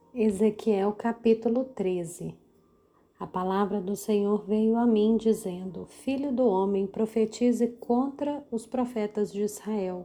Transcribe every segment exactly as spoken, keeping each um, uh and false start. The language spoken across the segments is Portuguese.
Ezequiel capítulo treze. A palavra do Senhor veio a mim dizendo: Filho do homem, profetize contra os profetas de Israel.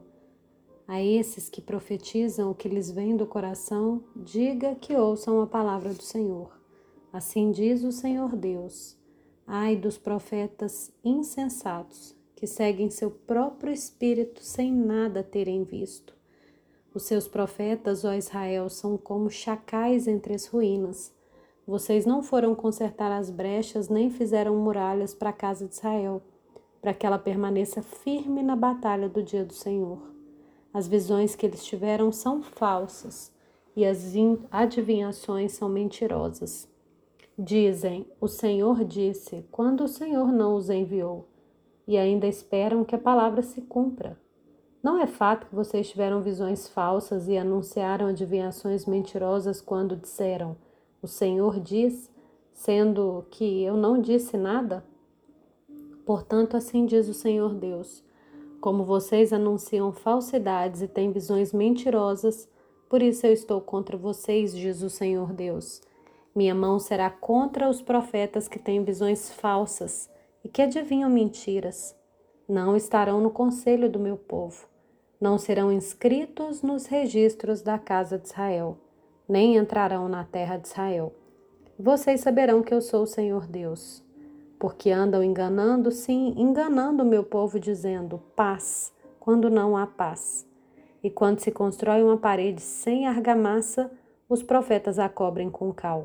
A esses que profetizam o que lhes vem do coração, diga que ouçam a palavra do Senhor. Assim diz o Senhor Deus: Ai dos profetas insensatos, que seguem seu próprio espírito sem nada terem visto. Os seus profetas, ó Israel, são como chacais entre as ruínas. Vocês não foram consertar as brechas, nem fizeram muralhas para a casa de Israel, para que ela permaneça firme na batalha do dia do Senhor. As visões que eles tiveram são falsas, e as adivinhações são mentirosas. Dizem: o Senhor disse, quando o Senhor não os enviou, e ainda esperam que a palavra se cumpra. Não é fato que vocês tiveram visões falsas e anunciaram adivinhações mentirosas quando disseram: o Senhor diz, sendo que eu não disse nada? Portanto, assim diz o Senhor Deus: como vocês anunciam falsidades e têm visões mentirosas, por isso eu estou contra vocês, diz o Senhor Deus. Minha mão será contra os profetas que têm visões falsas e que adivinham mentiras. Não estarão no conselho do meu povo. Não serão inscritos nos registros da casa de Israel, nem entrarão na terra de Israel. Vocês saberão que eu sou o Senhor Deus, porque andam enganando, sim, enganando o meu povo, dizendo paz, quando não há paz. E quando se constrói uma parede sem argamassa, os profetas a cobrem com cal.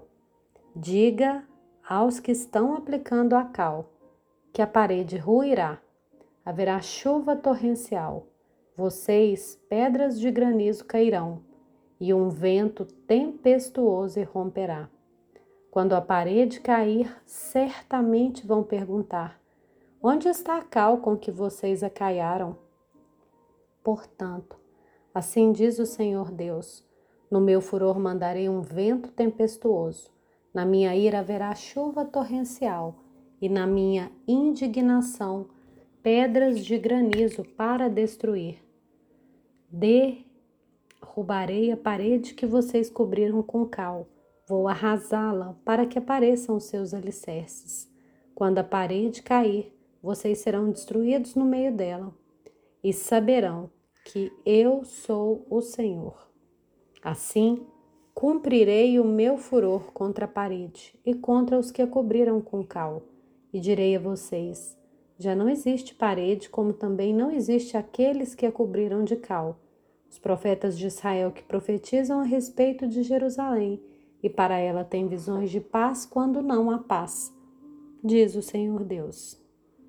Diga aos que estão aplicando a cal que a parede ruirá, haverá chuva torrencial. Vocês, pedras de granizo, cairão, e um vento tempestuoso irromperá. Quando a parede cair, certamente vão perguntar: onde está a cal com que vocês a caiaram? Portanto, assim diz o Senhor Deus: no meu furor mandarei um vento tempestuoso, na minha ira haverá chuva torrencial, e na minha indignação pedras de granizo para destruir. Derrubarei a parede que vocês cobriram com cal. Vou arrasá-la para que apareçam os seus alicerces. Quando a parede cair, vocês serão destruídos no meio dela e saberão que eu sou o Senhor. Assim, cumprirei o meu furor contra a parede e contra os que a cobriram com cal, e direi a vocês: já não existe parede, como também não existe aqueles que a cobriram de cal. Os profetas de Israel que profetizam a respeito de Jerusalém, e para ela têm visões de paz quando não há paz, diz o Senhor Deus.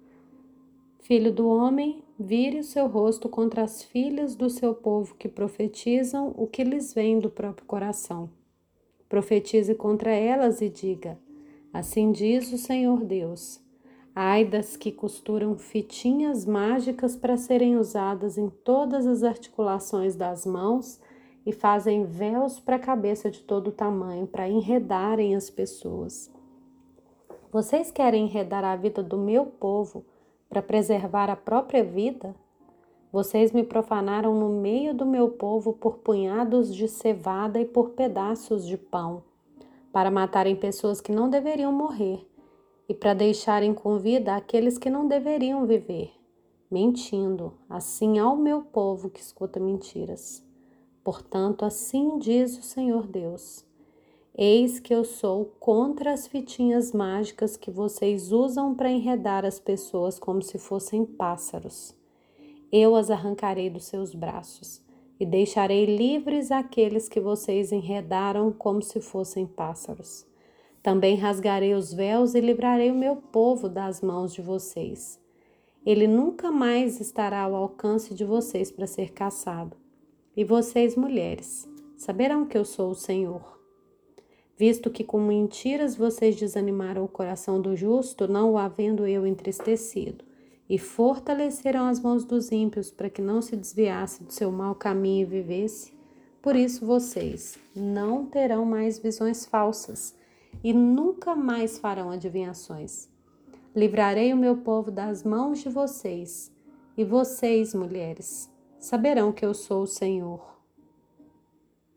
Filho do homem, vire o seu rosto contra as filhas do seu povo que profetizam o que lhes vem do próprio coração. Profetize contra elas e diga: assim diz o Senhor Deus. Ai das que costuram fitinhas mágicas para serem usadas em todas as articulações das mãos e fazem véus para a cabeça de todo tamanho para enredarem as pessoas. Vocês querem enredar a vida do meu povo para preservar a própria vida? Vocês me profanaram no meio do meu povo por punhados de cevada e por pedaços de pão, para matarem pessoas que não deveriam morrer e para deixarem com vida aqueles que não deveriam viver, mentindo assim ao meu povo que escuta mentiras. Portanto, assim diz o Senhor Deus: eis que eu sou contra as fitinhas mágicas que vocês usam para enredar as pessoas como se fossem pássaros. Eu as arrancarei dos seus braços e deixarei livres aqueles que vocês enredaram como se fossem pássaros. Também rasgarei os véus e livrarei o meu povo das mãos de vocês. Ele nunca mais estará ao alcance de vocês para ser caçado. E vocês, mulheres, saberão que eu sou o Senhor. Visto que com mentiras vocês desanimaram o coração do justo, não o havendo eu entristecido, e fortaleceram as mãos dos ímpios para que não se desviasse do seu mau caminho e vivesse, por isso vocês não terão mais visões falsas e nunca mais farão adivinhações. Livrarei o meu povo das mãos de vocês, e vocês, mulheres, saberão que eu sou o Senhor.